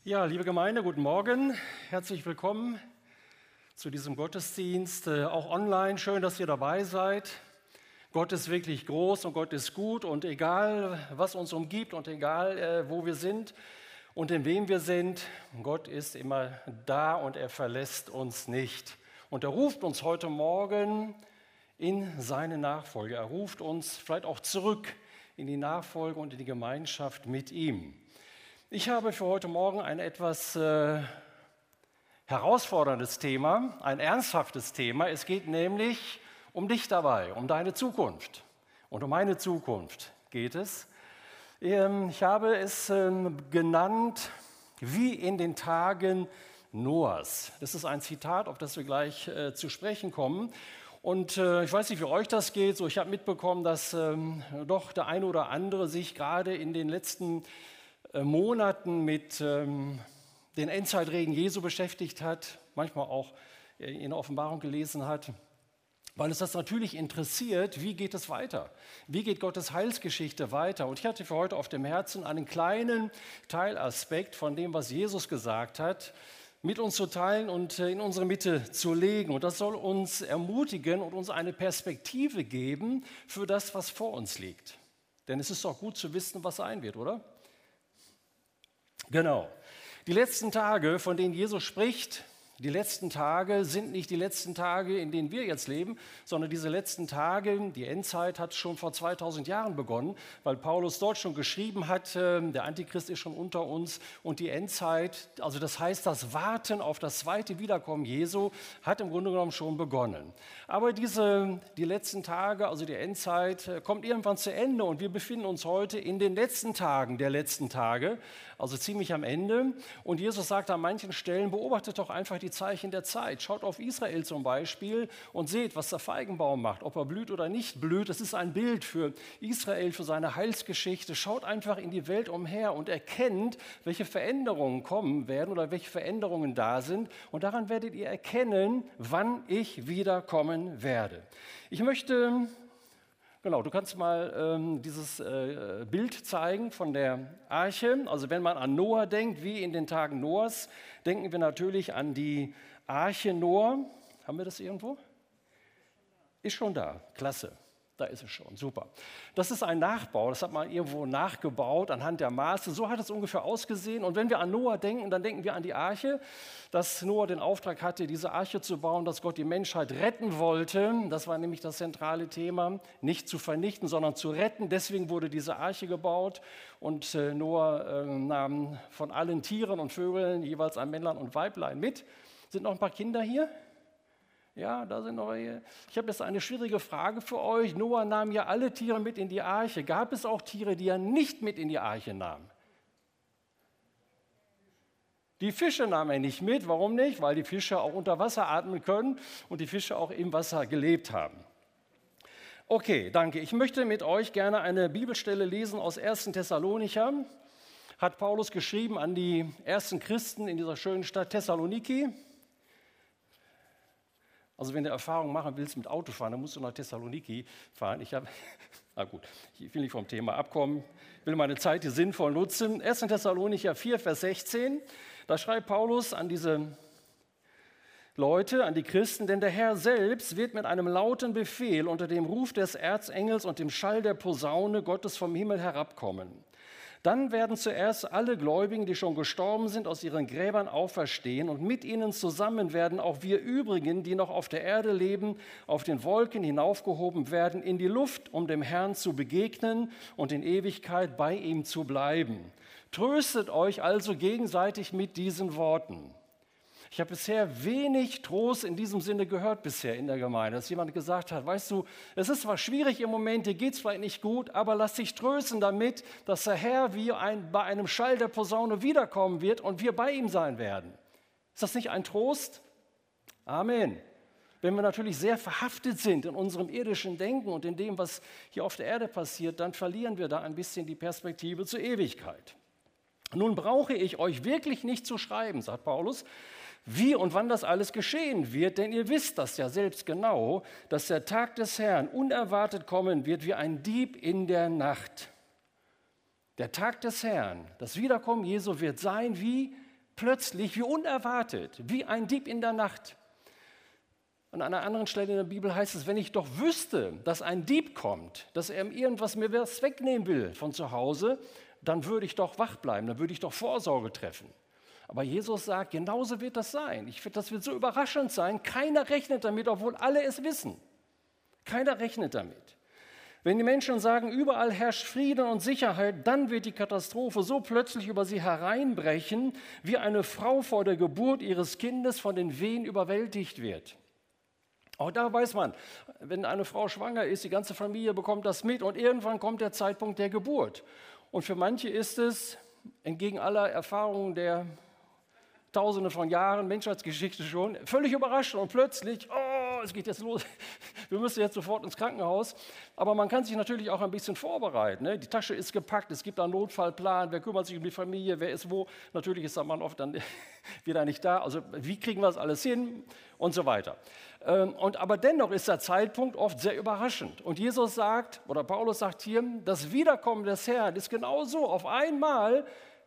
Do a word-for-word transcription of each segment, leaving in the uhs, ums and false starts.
Ja, liebe Gemeinde, guten Morgen. Herzlich willkommen zu diesem Gottesdienst, äh, auch online. Schön, dass ihr dabei seid. Gott ist wirklich groß und Gott ist gut und egal, was uns umgibt und egal, äh, wo wir sind und in wem wir sind, Gott ist immer da und er verlässt uns nicht. Und er ruft uns heute Morgen in seine Nachfolge. Er ruft uns vielleicht auch zurück in die Nachfolge und in die Gemeinschaft mit ihm. Ich habe für heute Morgen ein etwas äh, herausforderndes Thema, ein ernsthaftes Thema. Es geht nämlich um dich dabei, um deine Zukunft und um meine Zukunft geht es. Ähm, ich habe es ähm, genannt, wie in den Tagen Noahs. Das ist ein Zitat, auf das wir gleich äh, zu sprechen kommen. Und äh, ich weiß nicht, wie euch das geht. So, ich habe mitbekommen, dass ähm, doch der eine oder andere sich gerade in den letzten Monaten mit ähm, den Endzeitreden Jesu beschäftigt hat, manchmal auch in der Offenbarung gelesen hat, weil es das natürlich interessiert, wie geht es weiter? Wie geht Gottes Heilsgeschichte weiter? Und ich hatte für heute auf dem Herzen einen kleinen Teilaspekt von dem, was Jesus gesagt hat, mit uns zu teilen und in unsere Mitte zu legen. Und das soll uns ermutigen und uns eine Perspektive geben für das, was vor uns liegt. Denn es ist doch gut zu wissen, was sein wird, oder? Genau. Die letzten Tage, von denen Jesus spricht, die letzten Tage sind nicht die letzten Tage, in denen wir jetzt leben, sondern diese letzten Tage, die Endzeit hat schon vor zweitausend Jahren begonnen, weil Paulus dort schon geschrieben hat, der Antichrist ist schon unter uns und die Endzeit, also das heißt, das Warten auf das zweite Wiederkommen Jesu hat im Grunde genommen schon begonnen. Aber diese, die letzten Tage, also die Endzeit, kommt irgendwann zu Ende und wir befinden uns heute in den letzten Tagen der letzten Tage, also ziemlich am Ende. Und Jesus sagt an manchen Stellen, beobachtet doch einfach die Zeichen der Zeit. Schaut auf Israel zum Beispiel und seht, was der Feigenbaum macht, ob er blüht oder nicht blüht. Das ist ein Bild für Israel, für seine Heilsgeschichte. Schaut einfach in die Welt umher und erkennt, welche Veränderungen kommen werden oder welche Veränderungen da sind. Und daran werdet ihr erkennen, wann ich wiederkommen werde. Ich möchte... Genau, du kannst mal ähm, dieses äh, Bild zeigen von der Arche. Also wenn man an Noah denkt, wie in den Tagen Noahs, denken wir natürlich an die Arche Noah. Haben wir das irgendwo? Ist schon da, klasse. Da ist es schon, super. Das ist ein Nachbau, das hat man irgendwo nachgebaut anhand der Maße. So hat es ungefähr ausgesehen. Und wenn wir an Noah denken, dann denken wir an die Arche, dass Noah den Auftrag hatte, diese Arche zu bauen, dass Gott die Menschheit retten wollte. Das war nämlich das zentrale Thema, nicht zu vernichten, sondern zu retten. Deswegen wurde diese Arche gebaut und äh, Noah äh, nahm von allen Tieren und Vögeln jeweils ein Männlein und Weiblein mit. Sind noch ein paar Kinder hier? Ja, da sind noch hier. Ich habe jetzt eine schwierige Frage für euch. Noah nahm ja alle Tiere mit in die Arche. Gab es auch Tiere, die er nicht mit in die Arche nahm? Die Fische nahm er nicht mit. Warum nicht? Weil die Fische auch unter Wasser atmen können und die Fische auch im Wasser gelebt haben. Okay, danke. Ich möchte mit euch gerne eine Bibelstelle lesen aus ersten Thessalonicher. Hat Paulus geschrieben an die ersten Christen in dieser schönen Stadt Thessaloniki. Also wenn du Erfahrung machen willst mit Autofahren, dann musst du nach Thessaloniki fahren. Ich habe, na gut, ich will nicht vom Thema abkommen, will meine Zeit hier sinnvoll nutzen. ersten Thessalonicher vier, Vers sechzehn, da schreibt Paulus an diese Leute, an die Christen, denn der Herr selbst wird mit einem lauten Befehl unter dem Ruf des Erzengels und dem Schall der Posaune Gottes vom Himmel herabkommen. Dann werden zuerst alle Gläubigen, die schon gestorben sind, aus ihren Gräbern auferstehen und mit ihnen zusammen werden auch wir übrigen, die noch auf der Erde leben, auf den Wolken hinaufgehoben werden in die Luft, um dem Herrn zu begegnen und in Ewigkeit bei ihm zu bleiben. Tröstet euch also gegenseitig mit diesen Worten. Ich habe bisher wenig Trost in diesem Sinne gehört bisher in der Gemeinde, dass jemand gesagt hat, weißt du, es ist zwar schwierig im Moment, dir geht es vielleicht nicht gut, aber lass dich trösten damit, dass der Herr wie ein, bei einem Schall der Posaune wiederkommen wird und wir bei ihm sein werden. Ist das nicht ein Trost? Amen. Wenn wir natürlich sehr verhaftet sind in unserem irdischen Denken und in dem, was hier auf der Erde passiert, dann verlieren wir da ein bisschen die Perspektive zur Ewigkeit. Nun brauche ich euch wirklich nicht zu schreiben, sagt Paulus, wie und wann das alles geschehen wird, denn ihr wisst das ja selbst genau, dass der Tag des Herrn unerwartet kommen wird wie ein Dieb in der Nacht. Der Tag des Herrn, das Wiederkommen Jesu wird sein wie plötzlich, wie unerwartet, wie ein Dieb in der Nacht. An einer anderen Stelle in der Bibel heißt es, wenn ich doch wüsste, dass ein Dieb kommt, dass er irgendwas mir was wegnehmen will von zu Hause, dann würde ich doch wach bleiben, dann würde ich doch Vorsorge treffen. Aber Jesus sagt, genauso wird das sein. Ich finde, das wird so überraschend sein. Keiner rechnet damit, obwohl alle es wissen. Keiner rechnet damit. Wenn die Menschen sagen, überall herrscht Frieden und Sicherheit, dann wird die Katastrophe so plötzlich über sie hereinbrechen, wie eine Frau vor der Geburt ihres Kindes von den Wehen überwältigt wird. Auch da weiß man, wenn eine Frau schwanger ist, die ganze Familie bekommt das mit und irgendwann kommt der Zeitpunkt der Geburt. Und für manche ist es, entgegen aller Erfahrungen der Tausende von Jahren Menschheitsgeschichte schon, völlig überraschend und plötzlich, oh, es geht jetzt los, wir müssen jetzt sofort ins Krankenhaus. Aber man kann sich natürlich auch ein bisschen vorbereiten. Ne? Die Tasche ist gepackt, es gibt einen Notfallplan, wer kümmert sich um die Familie, wer ist wo. Natürlich ist der Mann oft dann wieder nicht da, also wie kriegen wir das alles hin und so weiter. Und, aber dennoch ist der Zeitpunkt oft sehr überraschend. Und Jesus sagt, oder Paulus sagt hier, das Wiederkommen des Herrn ist genauso. Auf einmal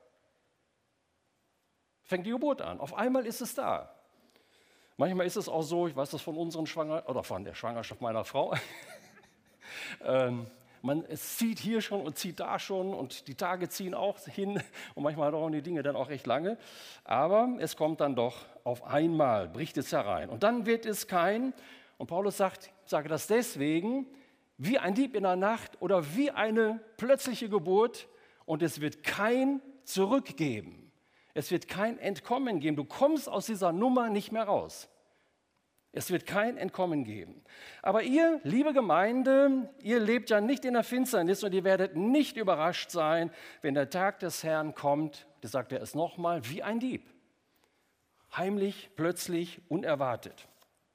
fängt die Geburt an. Auf einmal ist es da. Manchmal ist es auch so, ich weiß das von unseren Schwanger oder von der Schwangerschaft meiner Frau. ähm, man, es zieht hier schon und zieht da schon und die Tage ziehen auch hin und manchmal dauern die Dinge dann auch recht lange. Aber es kommt dann doch auf einmal, bricht es herein. Und dann wird es kein, und Paulus sagt, ich sage das deswegen, wie ein Dieb in der Nacht oder wie eine plötzliche Geburt und es wird kein Zurück geben. Es wird kein Entkommen geben. Du kommst aus dieser Nummer nicht mehr raus. Es wird kein Entkommen geben. Aber ihr, liebe Gemeinde, ihr lebt ja nicht in der Finsternis und ihr werdet nicht überrascht sein, wenn der Tag des Herrn kommt, das sagt er es nochmal, wie ein Dieb. Heimlich, plötzlich, unerwartet.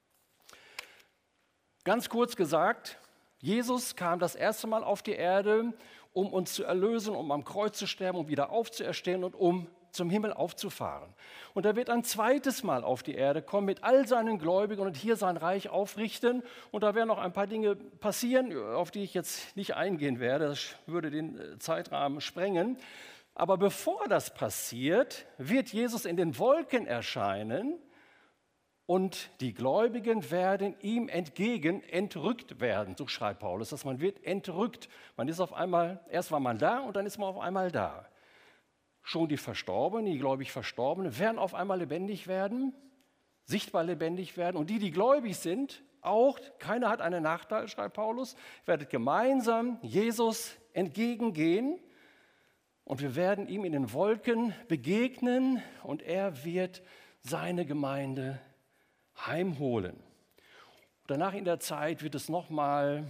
Ganz kurz gesagt, Jesus kam das erste Mal auf die Erde, um uns zu erlösen, um am Kreuz zu sterben, um wieder aufzuerstehen und um zum Himmel aufzufahren. Und er wird ein zweites Mal auf die Erde kommen mit all seinen Gläubigen und hier sein Reich aufrichten. Und da werden noch ein paar Dinge passieren, auf die ich jetzt nicht eingehen werde. Das würde den Zeitrahmen sprengen. Aber bevor das passiert, wird Jesus in den Wolken erscheinen und die Gläubigen werden ihm entgegen entrückt werden. So schreibt Paulus, dass man wird entrückt. Man ist auf einmal, erst war man da und dann ist man auf einmal da. Schon die Verstorbenen, die gläubig Verstorbenen, werden auf einmal lebendig werden, sichtbar lebendig werden. Und die, die gläubig sind, auch, keiner hat einen Nachteil, schreibt Paulus, werdet gemeinsam Jesus entgegengehen und wir werden ihm in den Wolken begegnen und er wird seine Gemeinde heimholen. Danach in der Zeit wird es nochmal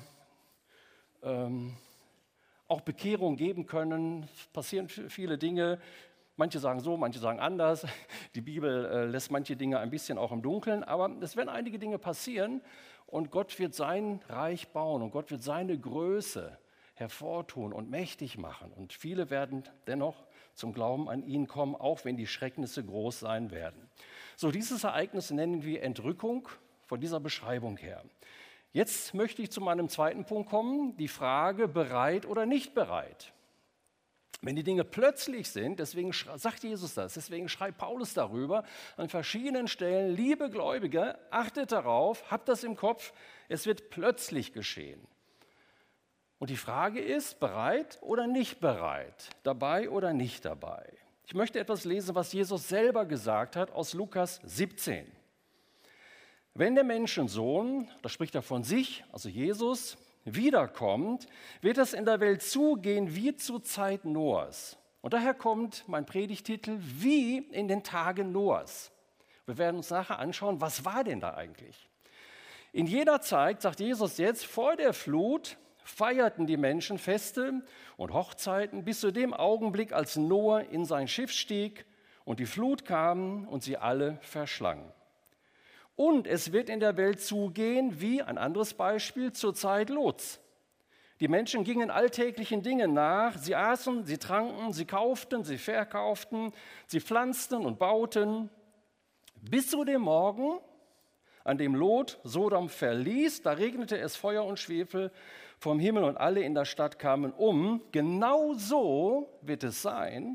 ähm, auch Bekehrung geben können. Es passieren viele Dinge. Manche sagen so, manche sagen anders. Die Bibel äh, lässt manche Dinge ein bisschen auch im Dunkeln. Aber es werden einige Dinge passieren und Gott wird sein Reich bauen und Gott wird seine Größe hervortun und mächtig machen. Und viele werden dennoch zum Glauben an ihn kommen, auch wenn die Schrecknisse groß sein werden. So, dieses Ereignis nennen wir Entrückung von dieser Beschreibung her. Jetzt möchte ich zu meinem zweiten Punkt kommen, die Frage, bereit oder nicht bereit. Wenn die Dinge plötzlich sind, deswegen sagt Jesus das, deswegen schreibt Paulus darüber an verschiedenen Stellen, liebe Gläubige, achtet darauf, habt das im Kopf, es wird plötzlich geschehen. Und die Frage ist, bereit oder nicht bereit, dabei oder nicht dabei. Ich möchte etwas lesen, was Jesus selber gesagt hat aus Lukas siebzehn. Wenn der Menschensohn, da spricht er von sich, also Jesus, wiederkommt, wird es in der Welt zugehen wie zur Zeit Noahs. Und daher kommt mein Predigtitel, wie in den Tagen Noahs. Wir werden uns nachher anschauen, was war denn da eigentlich? In jeder Zeit, sagt Jesus jetzt, vor der Flut feierten die Menschen Feste und Hochzeiten bis zu dem Augenblick, als Noah in sein Schiff stieg und die Flut kam und sie alle verschlang. Und es wird in der Welt zugehen wie, ein anderes Beispiel, zur Zeit Lots. Die Menschen gingen alltäglichen Dingen nach, sie aßen, sie tranken, sie kauften, sie verkauften, sie pflanzten und bauten, bis zu dem Morgen, an dem Lot Sodom verließ, da regnete es Feuer und Schwefel vom Himmel und alle in der Stadt kamen um. Genau so wird es sein,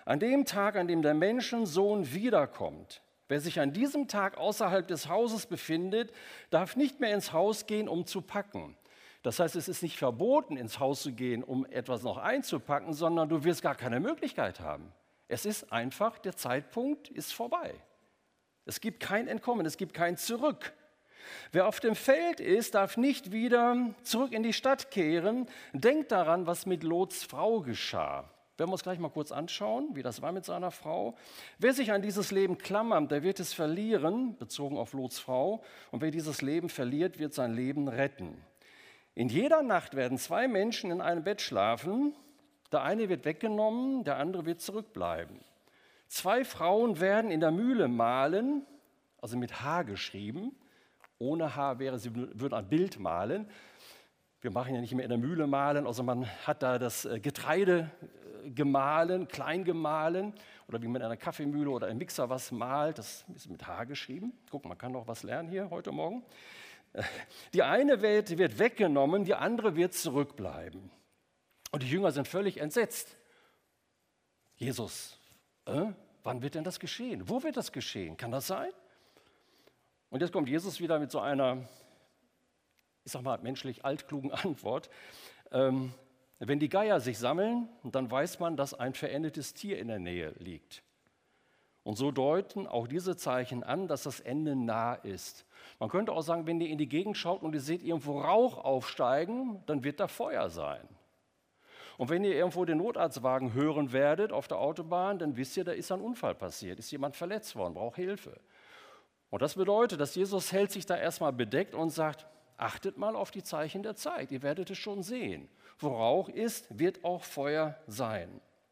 An dem Tag, an dem der Menschensohn wiederkommt. Wer sich an diesem Tag außerhalb des Hauses befindet, darf nicht mehr ins Haus gehen, um zu packen. Das heißt, es ist nicht verboten, ins Haus zu gehen, um etwas noch einzupacken, sondern du wirst gar keine Möglichkeit haben. Es ist einfach, der Zeitpunkt ist vorbei. Es gibt kein Entkommen, es gibt kein Zurück. Wer auf dem Feld ist, darf nicht wieder zurück in die Stadt kehren. Denkt daran, was mit Lots Frau geschah. Werden wir uns gleich mal kurz anschauen, wie das war mit seiner Frau. Wer sich an dieses Leben klammert, der wird es verlieren, bezogen auf Lots Frau. Und wer dieses Leben verliert, wird sein Leben retten. In jeder Nacht werden zwei Menschen in einem Bett schlafen. Der eine wird weggenommen, der andere wird zurückbleiben. Zwei Frauen werden in der Mühle mahlen, also mit H geschrieben. Ohne H wäre, sie würden ein Bild malen. Wir machen ja nicht mehr in der Mühle mahlen, also man hat da das Getreide gemahlen, klein gemahlen, oder wie man in einer Kaffeemühle oder im Mixer was malt, das ist mit H geschrieben. Guck, man kann noch was lernen hier heute Morgen. Die eine Welt wird weggenommen, die andere wird zurückbleiben. Und die Jünger sind völlig entsetzt. Jesus, äh, wann wird denn das geschehen? Wo wird das geschehen? Kann das sein? Und jetzt kommt Jesus wieder mit so einer, ich sag mal, menschlich altklugen Antwort. Ähm, wenn die Geier sich sammeln, dann weiß man, dass ein verendetes Tier in der Nähe liegt. Und so deuten auch diese Zeichen an, dass das Ende nah ist. Man könnte auch sagen, wenn ihr in die Gegend schaut und ihr seht irgendwo Rauch aufsteigen, dann wird da Feuer sein. Und wenn ihr irgendwo den Notarztwagen hören werdet auf der Autobahn, dann wisst ihr, da ist ein Unfall passiert, ist jemand verletzt worden, braucht Hilfe. Und das bedeutet, dass Jesus hält sich da erstmal bedeckt und sagt, achtet mal auf die Zeichen der Zeit, ihr werdet es schon sehen. Wo Rauch ist, wird auch Feuer sein.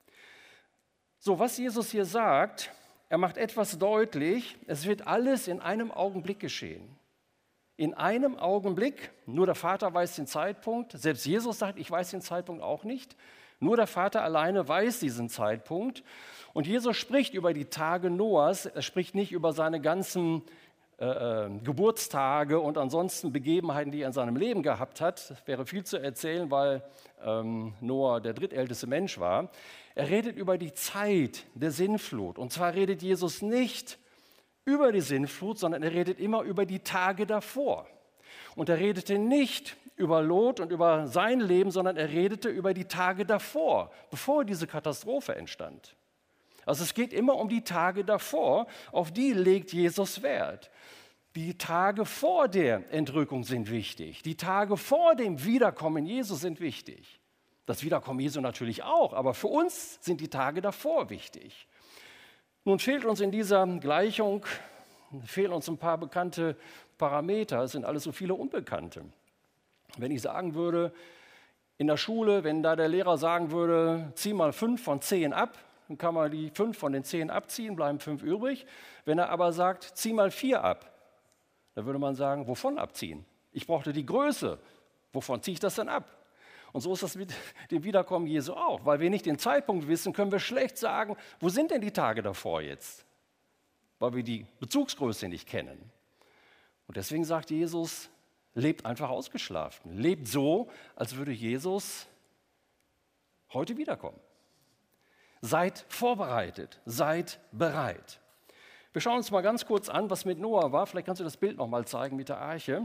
So, was Jesus hier sagt, er macht etwas deutlich, es wird alles in einem Augenblick geschehen. In einem Augenblick, nur der Vater weiß den Zeitpunkt, selbst Jesus sagt, ich weiß den Zeitpunkt auch nicht, nur der Vater alleine weiß diesen Zeitpunkt. Und Jesus spricht über die Tage Noahs, er spricht nicht über seine ganzen äh, Geburtstage und ansonsten Begebenheiten, die er in seinem Leben gehabt hat. Das wäre viel zu erzählen, weil ähm, Noah der drittälteste Mensch war. Er redet über die Zeit der Sintflut. Und zwar redet Jesus nicht über die Sintflut, sondern er redet immer über die Tage davor. Und er redete nicht über Lot und über sein Leben, sondern er redete über die Tage davor, bevor diese Katastrophe entstand. Also es geht immer um die Tage davor, auf die legt Jesus Wert. Die Tage vor der Entrückung sind wichtig. Die Tage vor dem Wiederkommen Jesu sind wichtig. Das Wiederkommen Jesu natürlich auch, aber für uns sind die Tage davor wichtig. Nun fehlt uns in dieser Gleichung, fehlen uns ein paar bekannte Parameter, es sind alles so viele Unbekannte. Wenn ich sagen würde, in der Schule, wenn da der Lehrer sagen würde, zieh mal fünf von zehn ab, dann kann man die fünf von den zehn abziehen, bleiben fünf übrig. Wenn er aber sagt, zieh mal vier ab, dann würde man sagen, wovon abziehen? Ich brauchte die Größe, wovon ziehe ich das denn ab? Und so ist das mit dem Wiederkommen Jesu auch. Weil wir nicht den Zeitpunkt wissen, können wir schlecht sagen, wo sind denn die Tage davor jetzt? Weil wir die Bezugsgröße nicht kennen. Und deswegen sagt Jesus, lebt einfach ausgeschlafen. Lebt so, als würde Jesus heute wiederkommen. Seid vorbereitet, seid bereit. Wir schauen uns mal ganz kurz an, was mit Noah war. Vielleicht kannst du das Bild noch mal zeigen mit der Arche.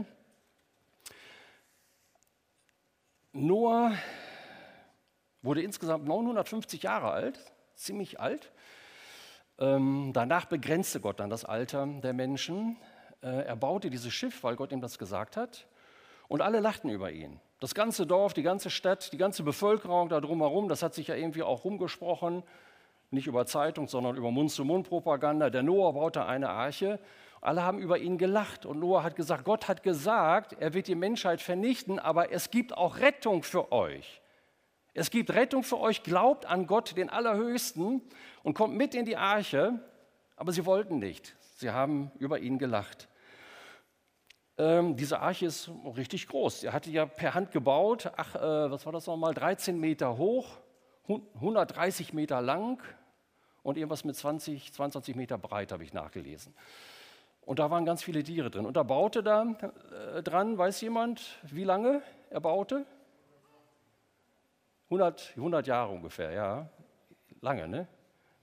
Noah wurde insgesamt neunhundertfünfzig Jahre alt, ziemlich alt. Ähm, danach begrenzte Gott dann das Alter der Menschen. Äh, er baute dieses Schiff, weil Gott ihm das gesagt hat. Und alle lachten über ihn. Das ganze Dorf, die ganze Stadt, die ganze Bevölkerung da drumherum, das hat sich ja irgendwie auch rumgesprochen. Nicht über Zeitung, sondern über Mund-zu-Mund-Propaganda. Der Noah baute eine Arche. Alle haben über ihn gelacht und Noah hat gesagt, Gott hat gesagt, er wird die Menschheit vernichten, aber es gibt auch Rettung für euch. Es gibt Rettung für euch, glaubt an Gott, den Allerhöchsten und kommt mit in die Arche, aber sie wollten nicht. Sie haben über ihn gelacht. Ähm, diese Arche ist richtig groß. Er hatte ja per Hand gebaut, ach, äh, was war das nochmal, dreizehn Meter hoch, hundertdreißig Meter lang und irgendwas mit zwanzig, zweiundzwanzig Meter breit, habe ich nachgelesen. Und da waren ganz viele Tiere drin. Und er baute da äh, dran, weiß jemand, wie lange er baute? hundert, hundert Jahre ungefähr, ja. Lange, ne?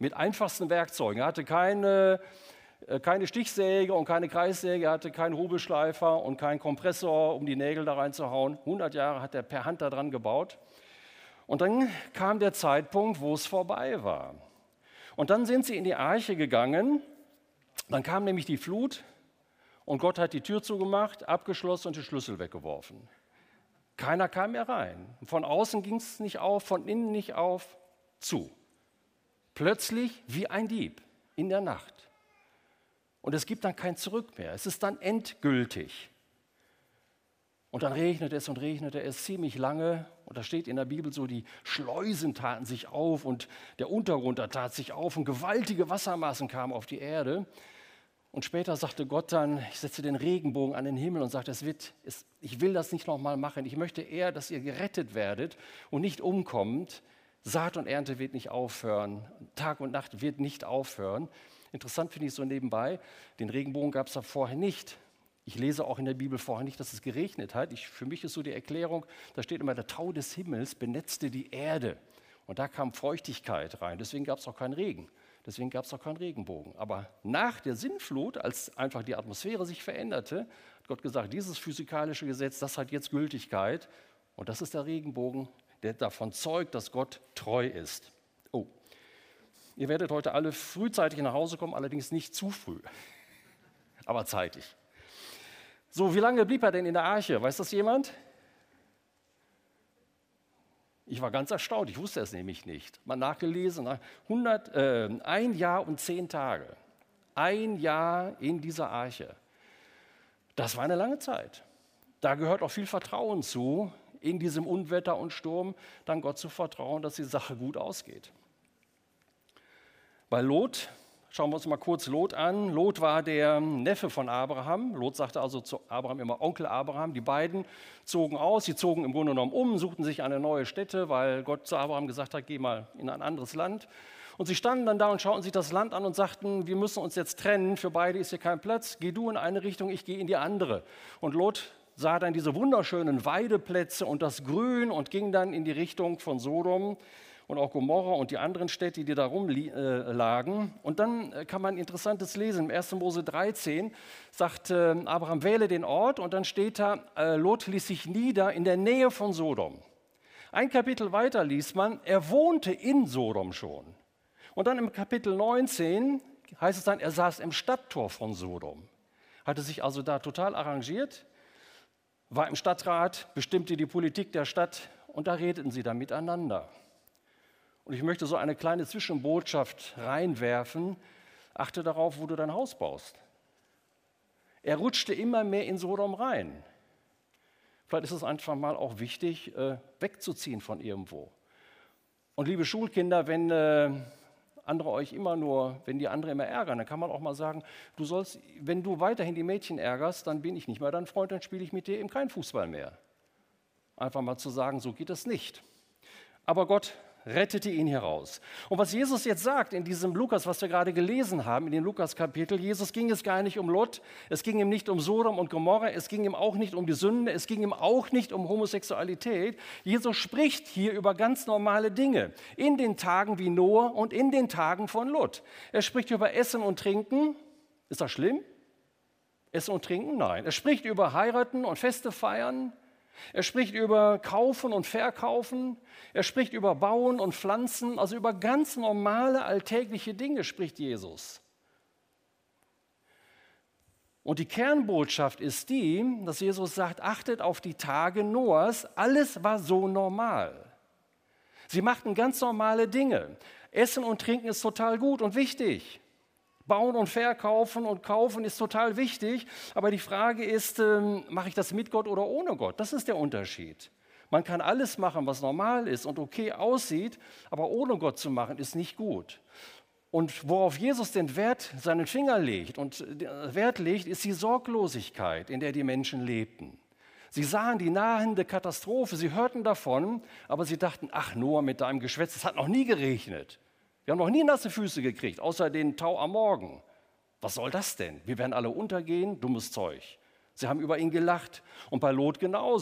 mit einfachsten Werkzeugen. Er hatte keine, äh, keine Stichsäge und keine Kreissäge, er hatte keinen Hobelschleifer und keinen Kompressor, um die Nägel da reinzuhauen. hundert Jahre hat er per Hand daran gebaut. Und dann kam der Zeitpunkt, wo es vorbei war. Und dann sind sie in die Arche gegangen, dann kam nämlich die Flut und Gott hat die Tür zugemacht, abgeschlossen und die Schlüssel weggeworfen. Keiner kam mehr rein. Von außen ging es nicht auf, von innen nicht auf, zu. Plötzlich wie ein Dieb in der Nacht. Und es gibt dann kein Zurück mehr. Es ist dann endgültig. Und dann regnete es und regnete es ziemlich lange. Und da steht in der Bibel so, die Schleusen taten sich auf und der Untergrund da tat sich auf und gewaltige Wassermassen kamen auf die Erde. Und später sagte Gott dann, ich setze den Regenbogen an den Himmel und sagte, es wird, es, ich will das nicht nochmal machen. Ich möchte eher, dass ihr gerettet werdet und nicht umkommt. Saat und Ernte wird nicht aufhören. Tag und Nacht wird nicht aufhören. Interessant finde ich so nebenbei, den Regenbogen gab es da vorher nicht. Ich lese auch in der Bibel vorher nicht, dass es geregnet hat. Ich, für mich ist so die Erklärung, da steht immer, der Tau des Himmels benetzte die Erde. Und da kam Feuchtigkeit rein. Deswegen gab es auch keinen Regen. Deswegen gab es auch keinen Regenbogen. Aber nach der Sintflut, als einfach die Atmosphäre sich veränderte, hat Gott gesagt, dieses physikalische Gesetz, das hat jetzt Gültigkeit. Und das ist der Regenbogen, der davon zeugt, dass Gott treu ist. Oh, ihr werdet heute alle frühzeitig nach Hause kommen, allerdings nicht zu früh, aber zeitig. So, wie lange blieb er denn in der Arche? Weiß das jemand? Ich war ganz erstaunt, ich wusste es nämlich nicht. Mal nachgelesen, hundert, äh, ein Jahr und zehn Tage. Ein Jahr in dieser Arche. Das war eine lange Zeit. Da gehört auch viel Vertrauen zu, in diesem Unwetter und Sturm, dann Gott zu vertrauen, dass die Sache gut ausgeht. Bei Lot, schauen wir uns mal kurz Lot an. Lot war der Neffe von Abraham. Lot sagte also zu Abraham immer Onkel Abraham. Die beiden zogen aus, sie zogen im Grunde genommen um, suchten sich eine neue Stätte, weil Gott zu Abraham gesagt hat, geh mal in ein anderes Land. Und sie standen dann da und schauten sich das Land an und sagten, wir müssen uns jetzt trennen, für beide ist hier kein Platz, geh du in eine Richtung, ich gehe in die andere. Und Lot sah dann diese wunderschönen Weideplätze und das Grün und ging dann in die Richtung von Sodom und auch Gomorra und die anderen Städte, die da rumlagen. Und dann kann man Interessantes lesen. Im ersten Mose dreizehn sagt äh, Abraham, wähle den Ort und dann steht da, äh, Lot ließ sich nieder in der Nähe von Sodom. Ein Kapitel weiter liest man, er wohnte in Sodom schon. Und dann im Kapitel neunzehn heißt es dann, er saß im Stadttor von Sodom. Hatte sich also da total arrangiert, war im Stadtrat, bestimmte die Politik der Stadt und da redeten sie dann miteinander. Und ich möchte so eine kleine Zwischenbotschaft reinwerfen. Achte darauf, wo du dein Haus baust. Er rutschte immer mehr in Sodom rein. Vielleicht ist es einfach mal auch wichtig, äh, wegzuziehen von irgendwo. Und liebe Schulkinder, wenn äh, andere euch immer nur, wenn die andere immer ärgern, dann kann man auch mal sagen, du sollst, wenn du weiterhin die Mädchen ärgerst, dann bin ich nicht mehr dein Freund, dann spiele ich mit dir eben keinen Fußball mehr. Einfach mal zu sagen, so geht es nicht. Aber Gott rettete ihn heraus. Und was Jesus jetzt sagt in diesem Lukas, was wir gerade gelesen haben, in dem Lukas-Kapitel, Jesus ging es gar nicht um Lot, es ging ihm nicht um Sodom und Gomorra, es ging ihm auch nicht um die Sünde, es ging ihm auch nicht um Homosexualität. Jesus spricht hier über ganz normale Dinge, in den Tagen wie Noah und in den Tagen von Lot. Er spricht über Essen und Trinken. Ist das schlimm? Essen und Trinken? Nein. Er spricht über Heiraten und Feste feiern. Er spricht über Kaufen und Verkaufen, er spricht über Bauen und Pflanzen, also über ganz normale, alltägliche Dinge spricht Jesus. Und die Kernbotschaft ist die, dass Jesus sagt, achtet auf die Tage Noahs, alles war so normal. Sie machten ganz normale Dinge. Essen und Trinken ist total gut und wichtig. Bauen und verkaufen und kaufen ist total wichtig, aber die Frage ist, ähm, mache ich das mit Gott oder ohne Gott? Das ist der Unterschied. Man kann alles machen, was normal ist und okay aussieht, aber ohne Gott zu machen, ist nicht gut. Und worauf Jesus den Wert, seinen Finger legt und Wert legt, ist die Sorglosigkeit, in der die Menschen lebten. Sie sahen die nahende Katastrophe, sie hörten davon, aber sie dachten, ach Noah mit deinem Geschwätz, es hat noch nie geregnet. Wir haben noch nie nasse Füße gekriegt, außer den Tau am Morgen. Was soll das denn? Wir werden alle untergehen, dummes Zeug. Sie haben über ihn gelacht und bei Lot genauso.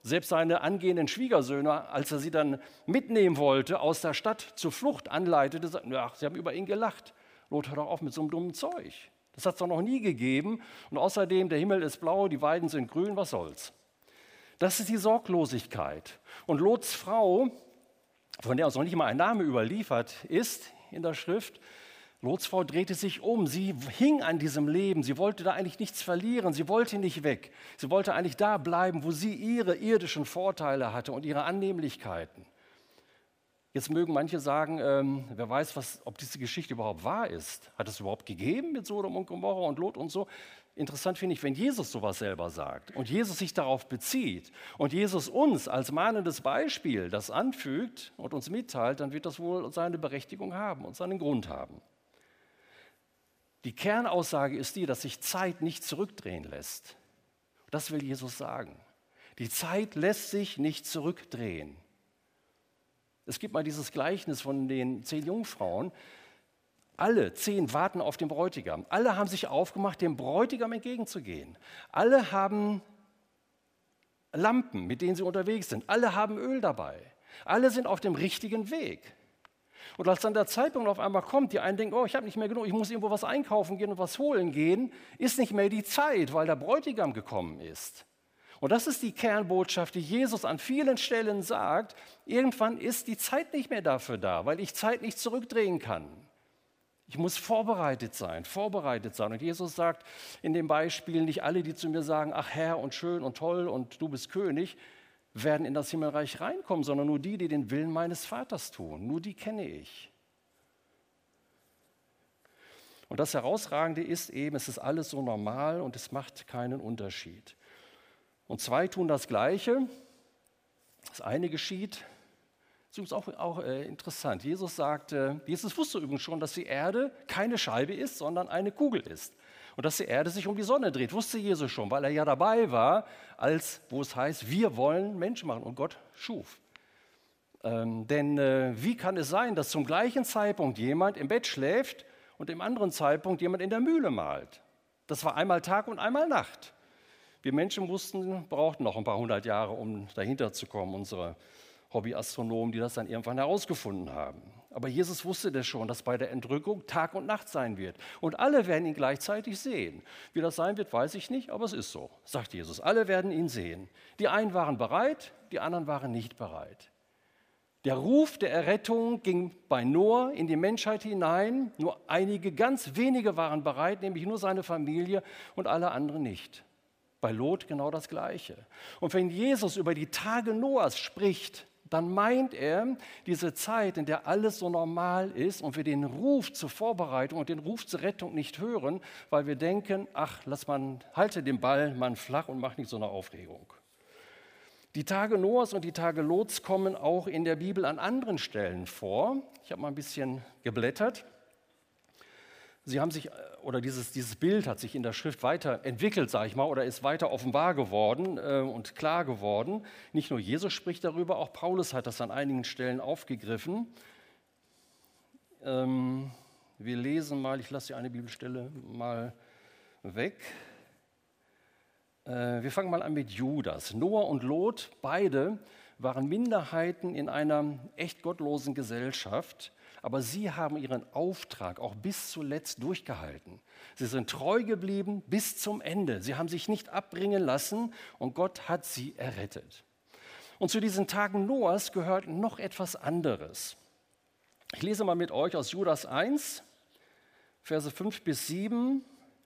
Selbst seine angehenden Schwiegersöhne, als er sie dann mitnehmen wollte, aus der Stadt zur Flucht anleitete, sagten, ach, sie haben über ihn gelacht. Lot, hör doch auf mit so einem dummen Zeug. Das hat es doch noch nie gegeben. Und außerdem, der Himmel ist blau, die Weiden sind grün, was soll's? Das ist die Sorglosigkeit. Und Lots Frau, von der uns noch nicht mal ein Name überliefert ist in der Schrift, Lots Frau drehte sich um, sie hing an diesem Leben, sie wollte da eigentlich nichts verlieren, sie wollte nicht weg. Sie wollte eigentlich da bleiben, wo sie ihre irdischen Vorteile hatte und ihre Annehmlichkeiten. Jetzt mögen manche sagen, ähm, wer weiß, was, ob diese Geschichte überhaupt wahr ist. Hat es überhaupt gegeben mit Sodom und Gomorra und Lot und so? Interessant finde ich, wenn Jesus sowas selber sagt und Jesus sich darauf bezieht und Jesus uns als mahnendes Beispiel das anfügt und uns mitteilt, dann wird das wohl seine Berechtigung haben und seinen Grund haben. Die Kernaussage ist die, dass sich Zeit nicht zurückdrehen lässt. Das will Jesus sagen. Die Zeit lässt sich nicht zurückdrehen. Es gibt mal dieses Gleichnis von den zehn Jungfrauen. Alle zehn warten auf den Bräutigam. Alle haben sich aufgemacht, dem Bräutigam entgegenzugehen. Alle haben Lampen, mit denen sie unterwegs sind. Alle haben Öl dabei. Alle sind auf dem richtigen Weg. Und als dann der Zeitpunkt auf einmal kommt, die einen denken, oh, ich habe nicht mehr genug, ich muss irgendwo was einkaufen gehen und was holen gehen, ist nicht mehr die Zeit, weil der Bräutigam gekommen ist. Und das ist die Kernbotschaft, die Jesus an vielen Stellen sagt, irgendwann ist die Zeit nicht mehr dafür da, weil ich Zeit nicht zurückdrehen kann. Ich muss vorbereitet sein, vorbereitet sein. Und Jesus sagt in dem Beispiel, nicht alle, die zu mir sagen, ach Herr und schön und toll und du bist König, werden in das Himmelreich reinkommen, sondern nur die, die den Willen meines Vaters tun. Nur die kenne ich. Und das Herausragende ist eben, es ist alles so normal und es macht keinen Unterschied. Und zwei tun das Gleiche. Das eine geschieht, das ist auch, auch äh, interessant. Jesus sagte, Jesus wusste übrigens schon, dass die Erde keine Scheibe ist, sondern eine Kugel ist. Und dass die Erde sich um die Sonne dreht, wusste Jesus schon, weil er ja dabei war, als wo es heißt, wir wollen Menschen machen und Gott schuf. Ähm, denn äh, wie kann es sein, dass zum gleichen Zeitpunkt jemand im Bett schläft und im anderen Zeitpunkt jemand in der Mühle malt? Das war einmal Tag und einmal Nacht. Wir Menschen mussten, brauchten noch ein paar hundert Jahre, um dahinter zu kommen, unsere Hobbyastronomen, die das dann irgendwann herausgefunden haben. Aber Jesus wusste das schon, dass bei der Entrückung Tag und Nacht sein wird. Und alle werden ihn gleichzeitig sehen. Wie das sein wird, weiß ich nicht, aber es ist so, sagt Jesus. Alle werden ihn sehen. Die einen waren bereit, die anderen waren nicht bereit. Der Ruf der Errettung ging bei Noah in die Menschheit hinein. Nur einige, ganz wenige waren bereit, nämlich nur seine Familie und alle anderen nicht. Bei Lot genau das Gleiche. Und wenn Jesus über die Tage Noahs spricht, dann meint er diese Zeit, in der alles so normal ist und wir den Ruf zur Vorbereitung und den Ruf zur Rettung nicht hören, weil wir denken, ach, lass man, halte den Ball mal flach und mach nicht so eine Aufregung. Die Tage Noahs und die Tage Lots kommen auch in der Bibel an anderen Stellen vor. Ich habe mal ein bisschen geblättert. Sie haben sich, oder dieses, dieses Bild hat sich in der Schrift weiterentwickelt, sage ich mal, oder ist weiter offenbar geworden äh, und klar geworden. Nicht nur Jesus spricht darüber, auch Paulus hat das an einigen Stellen aufgegriffen. Ähm, wir lesen mal, ich lasse die eine Bibelstelle mal weg. Äh, wir fangen mal an mit Judas. Noah und Lot, beide waren Minderheiten in einer echt gottlosen Gesellschaft. Aber sie haben ihren Auftrag auch bis zuletzt durchgehalten. Sie sind treu geblieben bis zum Ende. Sie haben sich nicht abbringen lassen und Gott hat sie errettet. Und zu diesen Tagen Noahs gehört noch etwas anderes. Ich lese mal mit euch aus Judas eins, Verse fünf bis sieben.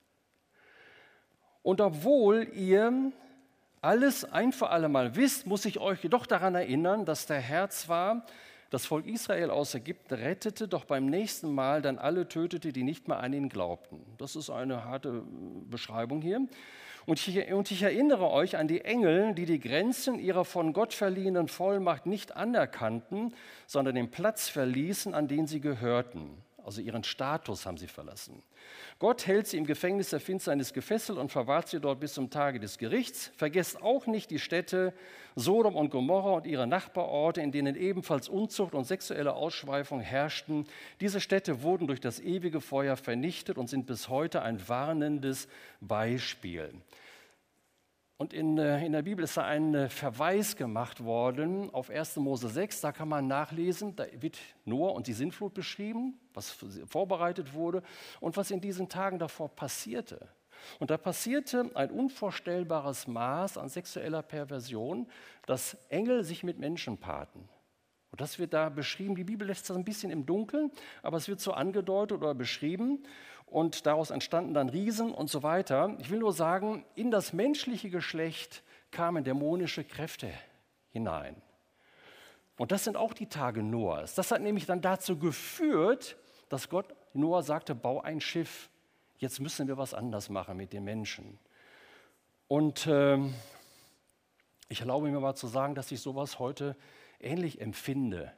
Und obwohl ihr alles ein für alle Mal wisst, muss ich euch jedoch daran erinnern, dass der Herr zwar das Volk Israel aus Ägypten rettete, doch beim nächsten Mal dann alle tötete, die nicht mehr an ihn glaubten. Das ist eine harte Beschreibung hier. Und ich, und ich erinnere euch an die Engel, die die Grenzen ihrer von Gott verliehenen Vollmacht nicht anerkannten, sondern den Platz verließen, an den sie gehörten. Also ihren Status haben sie verlassen. Gott hält sie im Gefängnis der Finsternis gefesselt und verwahrt sie dort bis zum Tage des Gerichts. Vergesst auch nicht die Städte Sodom und Gomorra und ihre Nachbarorte, in denen ebenfalls Unzucht und sexuelle Ausschweifung herrschten. Diese Städte wurden durch das ewige Feuer vernichtet und sind bis heute ein warnendes Beispiel. Und in, in der Bibel ist da ein Verweis gemacht worden auf erster Mose sechs. Da kann man nachlesen, da wird Noah und die Sintflut beschrieben, was vorbereitet wurde und was in diesen Tagen davor passierte. Und da passierte ein unvorstellbares Maß an sexueller Perversion, dass Engel sich mit Menschen paarten. Und das wird da beschrieben. Die Bibel lässt das ein bisschen im Dunkeln, aber es wird so angedeutet oder beschrieben. Und daraus entstanden dann Riesen und so weiter. Ich will nur sagen, in das menschliche Geschlecht kamen dämonische Kräfte hinein. Und das sind auch die Tage Noahs. Das hat nämlich dann dazu geführt, dass Gott Noah sagte, bau ein Schiff. Jetzt müssen wir was anders machen mit den Menschen. Und ähm, ich erlaube mir mal zu sagen, dass ich sowas heute ähnlich empfinde.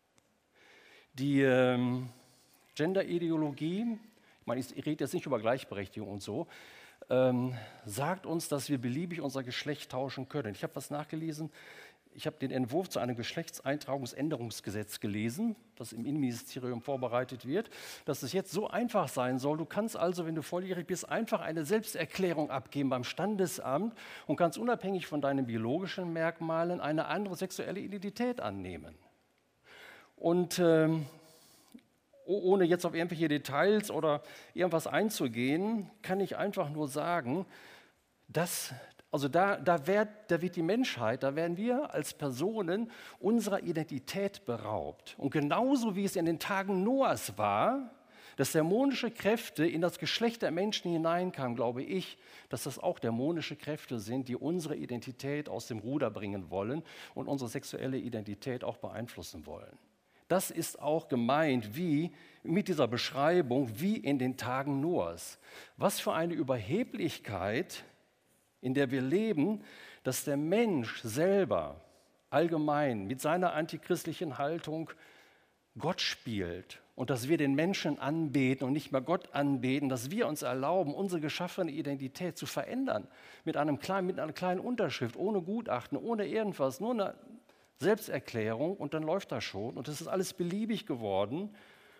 Die ähm, Gender-Ideologie, ich meine, ich rede jetzt nicht über Gleichberechtigung und so, ähm, sagt uns, dass wir beliebig unser Geschlecht tauschen können. Ich habe was nachgelesen. Ich habe den Entwurf zu einem Geschlechtseintragungsänderungsgesetz gelesen, das im Innenministerium vorbereitet wird, dass es jetzt so einfach sein soll. Du kannst also, wenn du volljährig bist, einfach eine Selbsterklärung abgeben beim Standesamt und kannst unabhängig von deinen biologischen Merkmalen eine andere sexuelle Identität annehmen. Und ähm, ohne jetzt auf irgendwelche Details oder irgendwas einzugehen, kann ich einfach nur sagen, dass Also da, da, wird, da wird die Menschheit, da werden wir als Personen unserer Identität beraubt. Und genauso wie es in den Tagen Noahs war, dass dämonische Kräfte in das Geschlecht der Menschen hineinkamen, glaube ich, dass das auch dämonische Kräfte sind, die unsere Identität aus dem Ruder bringen wollen und unsere sexuelle Identität auch beeinflussen wollen. Das ist auch gemeint wie mit dieser Beschreibung wie in den Tagen Noahs. Was für eine Überheblichkeit, in der wir leben, dass der Mensch selber allgemein mit seiner antichristlichen Haltung Gott spielt und dass wir den Menschen anbeten und nicht mehr Gott anbeten, dass wir uns erlauben, unsere geschaffene Identität zu verändern mit, einem kleinen, mit einer kleinen Unterschrift, ohne Gutachten, ohne irgendwas, nur eine Selbsterklärung und dann läuft das schon und es ist alles beliebig geworden.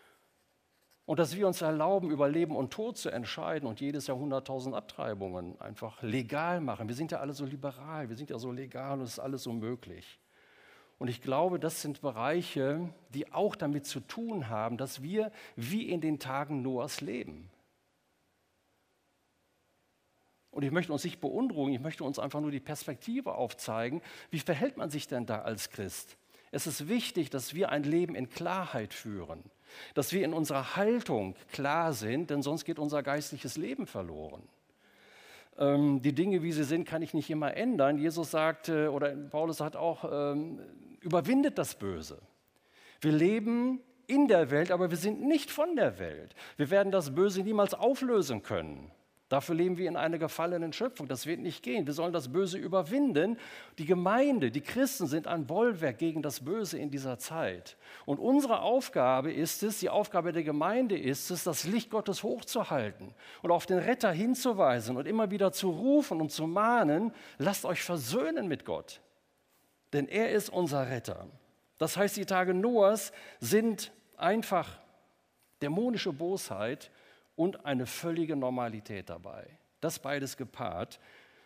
Und dass wir uns erlauben, über Leben und Tod zu entscheiden und jedes Jahr hunderttausend Abtreibungen einfach legal machen. Wir sind ja alle so liberal, wir sind ja so legal und es ist alles so möglich. Und ich glaube, das sind Bereiche, die auch damit zu tun haben, dass wir wie in den Tagen Noahs leben. Und ich möchte uns nicht beunruhigen, ich möchte uns einfach nur die Perspektive aufzeigen. Wie verhält man sich denn da als Christ? Es ist wichtig, dass wir ein Leben in Klarheit führen, dass wir in unserer Haltung klar sind, denn sonst geht unser geistliches Leben verloren. Ähm, die Dinge, wie sie sind, kann ich nicht immer ändern. Jesus sagte, oder Paulus sagt auch, ähm, überwindet das Böse. Wir leben in der Welt, aber wir sind nicht von der Welt. Wir werden das Böse niemals auflösen können. Dafür leben wir in einer gefallenen Schöpfung. Das wird nicht gehen. Wir sollen das Böse überwinden. Die Gemeinde, die Christen sind ein Bollwerk gegen das Böse in dieser Zeit. Und unsere Aufgabe ist es, die Aufgabe der Gemeinde ist es, das Licht Gottes hochzuhalten und auf den Retter hinzuweisen und immer wieder zu rufen und zu mahnen, lasst euch versöhnen mit Gott. Denn er ist unser Retter. Das heißt, die Tage Noahs sind einfach dämonische Bosheit und eine völlige Normalität dabei. Das beides gepaart.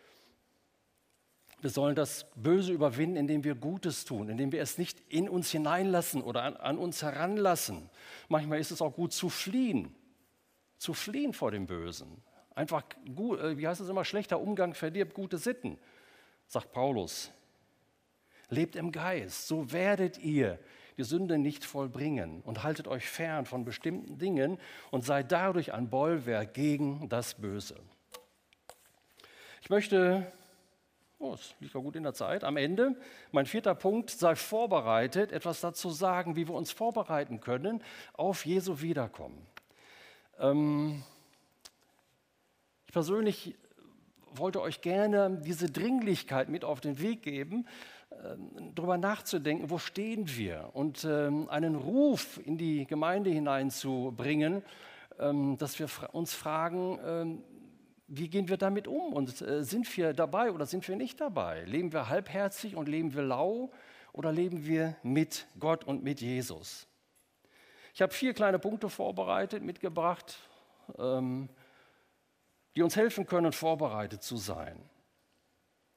Wir sollen das Böse überwinden, indem wir Gutes tun, indem wir es nicht in uns hineinlassen oder an, an uns heranlassen. Manchmal ist es auch gut zu fliehen, zu fliehen vor dem Bösen. Einfach, wie heißt es immer, schlechter Umgang verdirbt gute Sitten, sagt Paulus. Lebt im Geist, so werdet ihr die Sünde nicht vollbringen und haltet euch fern von bestimmten Dingen und seid dadurch ein Bollwerk gegen das Böse. Ich möchte, oh, es liegt ja gut in der Zeit, am Ende, mein vierter Punkt, sei vorbereitet, etwas dazu sagen, wie wir uns vorbereiten können auf Jesu Wiederkommen. Ähm, ich persönlich wollte euch gerne diese Dringlichkeit mit auf den Weg geben, darüber nachzudenken, wo stehen wir und ähm, einen Ruf in die Gemeinde hineinzubringen, ähm, dass wir fra- uns fragen, ähm, wie gehen wir damit um und äh, sind wir dabei oder sind wir nicht dabei? Leben wir halbherzig und leben wir lau oder leben wir mit Gott und mit Jesus? Ich habe vier kleine Punkte vorbereitet, mitgebracht, ähm, die uns helfen können, vorbereitet zu sein.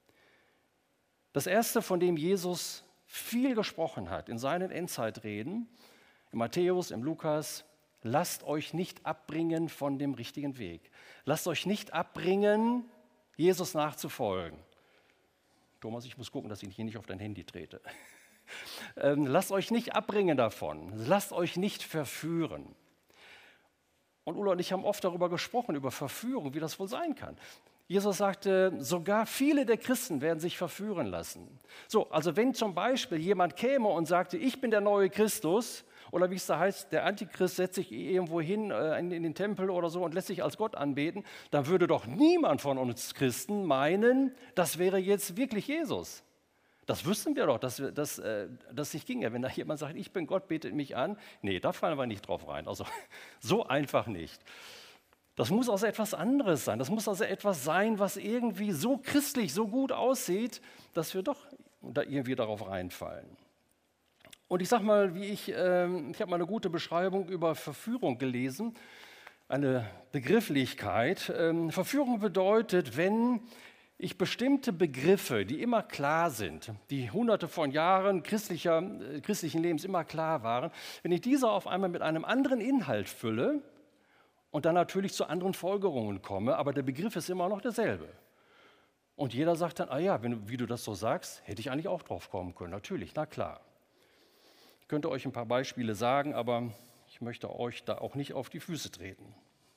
Das erste, von dem Jesus viel gesprochen hat in seinen Endzeitreden, im Matthäus, im Lukas: Lasst euch nicht abbringen von dem richtigen Weg. Lasst euch nicht abbringen, Jesus nachzufolgen. Thomas, ich muss gucken, dass ich hier nicht auf dein Handy trete. ähm, lasst euch nicht abbringen davon. Lasst euch nicht verführen. Und Ulla und ich haben oft darüber gesprochen, über Verführung, wie das wohl sein kann. Jesus sagte, sogar viele der Christen werden sich verführen lassen. So, also wenn zum Beispiel jemand käme und sagte, ich bin der neue Christus, oder wie es da heißt, der Antichrist setzt sich irgendwo hin äh, in, in den Tempel oder so und lässt sich als Gott anbeten, dann würde doch niemand von uns Christen meinen, das wäre jetzt wirklich Jesus. Das wüssten wir doch, dass wir, dass, äh, das nicht ginge. Wenn da jemand sagt, ich bin Gott, betet mich an, nee, da fallen wir nicht drauf rein. Also so einfach nicht. Das muss also etwas anderes sein. Das muss also etwas sein, was irgendwie so christlich, so gut aussieht, dass wir doch da irgendwie darauf reinfallen. Und ich sage mal, wie ich, äh, ich habe mal eine gute Beschreibung über Verführung gelesen, eine Begrifflichkeit. Ähm, Verführung bedeutet, wenn ich bestimmte Begriffe, die immer klar sind, die hunderte von Jahren christlicher, äh, christlichen Lebens immer klar waren, wenn ich diese auf einmal mit einem anderen Inhalt fülle und dann natürlich zu anderen Folgerungen komme, aber der Begriff ist immer noch derselbe. Und jeder sagt dann, ah ja, wenn du, wie du das so sagst, hätte ich eigentlich auch drauf kommen können. Natürlich, na klar. Ich könnte euch ein paar Beispiele sagen, aber ich möchte euch da auch nicht auf die Füße treten.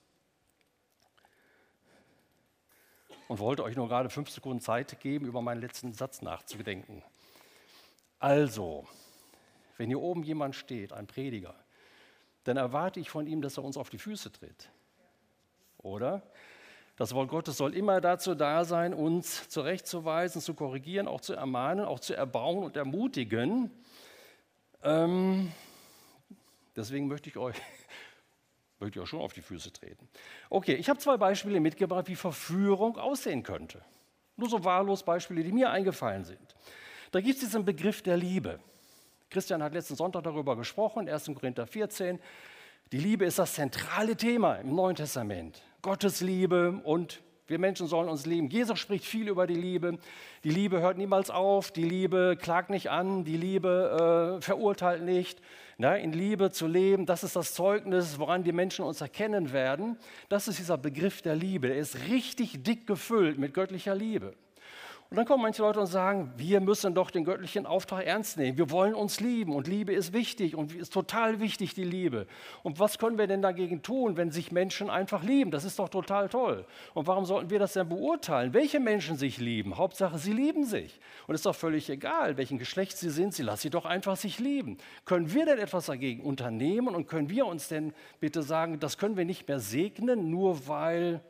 Und wollte euch nur gerade fünf Sekunden Zeit geben, über meinen letzten Satz nachzudenken. Also, wenn hier oben jemand steht, ein Prediger, dann erwarte ich von ihm, dass er uns auf die Füße tritt. Oder? Das Wort Gottes soll immer dazu da sein, uns zurechtzuweisen, zu korrigieren, auch zu ermahnen, auch zu erbauen und ermutigen. Ähm, deswegen möchte ich euch möchte ich auch schon auf die Füße treten. Okay, ich habe zwei Beispiele mitgebracht, wie Verführung aussehen könnte. Nur so wahllos Beispiele, die mir eingefallen sind. Da gibt es diesen Begriff der Liebe. Christian hat letzten Sonntag darüber gesprochen, erster Korinther vierzehn. Die Liebe ist das zentrale Thema im Neuen Testament. Gottes Liebe und wir Menschen sollen uns lieben. Jesus spricht viel über die Liebe. Die Liebe hört niemals auf, die Liebe klagt nicht an, die Liebe äh, verurteilt nicht. Na, in Liebe zu leben, das ist das Zeugnis, woran die Menschen uns erkennen werden. Das ist dieser Begriff der Liebe. Der ist richtig dick gefüllt mit göttlicher Liebe. Und dann kommen manche Leute und sagen, wir müssen doch den göttlichen Auftrag ernst nehmen. Wir wollen uns lieben und Liebe ist wichtig und ist total wichtig, die Liebe. Und was können wir denn dagegen tun, wenn sich Menschen einfach lieben? Das ist doch total toll. Und warum sollten wir das denn beurteilen? Welche Menschen sich lieben? Hauptsache, sie lieben sich. Und es ist doch völlig egal, welchen Geschlechts sie sind, sie lassen sie doch einfach sich lieben. Können wir denn etwas dagegen unternehmen und können wir uns denn bitte sagen, das können wir nicht mehr segnen, nur weil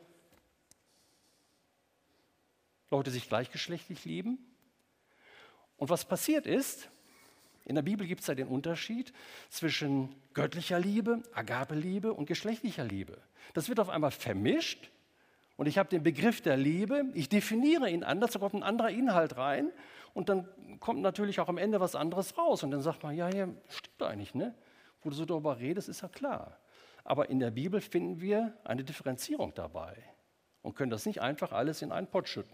Leute sich gleichgeschlechtlich lieben? Und was passiert ist, in der Bibel gibt es ja den Unterschied zwischen göttlicher Liebe, Agape-Liebe und geschlechtlicher Liebe. Das wird auf einmal vermischt und ich habe den Begriff der Liebe, ich definiere ihn anders, da kommt ein anderer Inhalt rein und dann kommt natürlich auch am Ende was anderes raus und dann sagt man, ja, ja, stimmt eigentlich, ne? Wo du so darüber redest, ist ja klar. Aber in der Bibel finden wir eine Differenzierung dabei und können das nicht einfach alles in einen Pott schütten.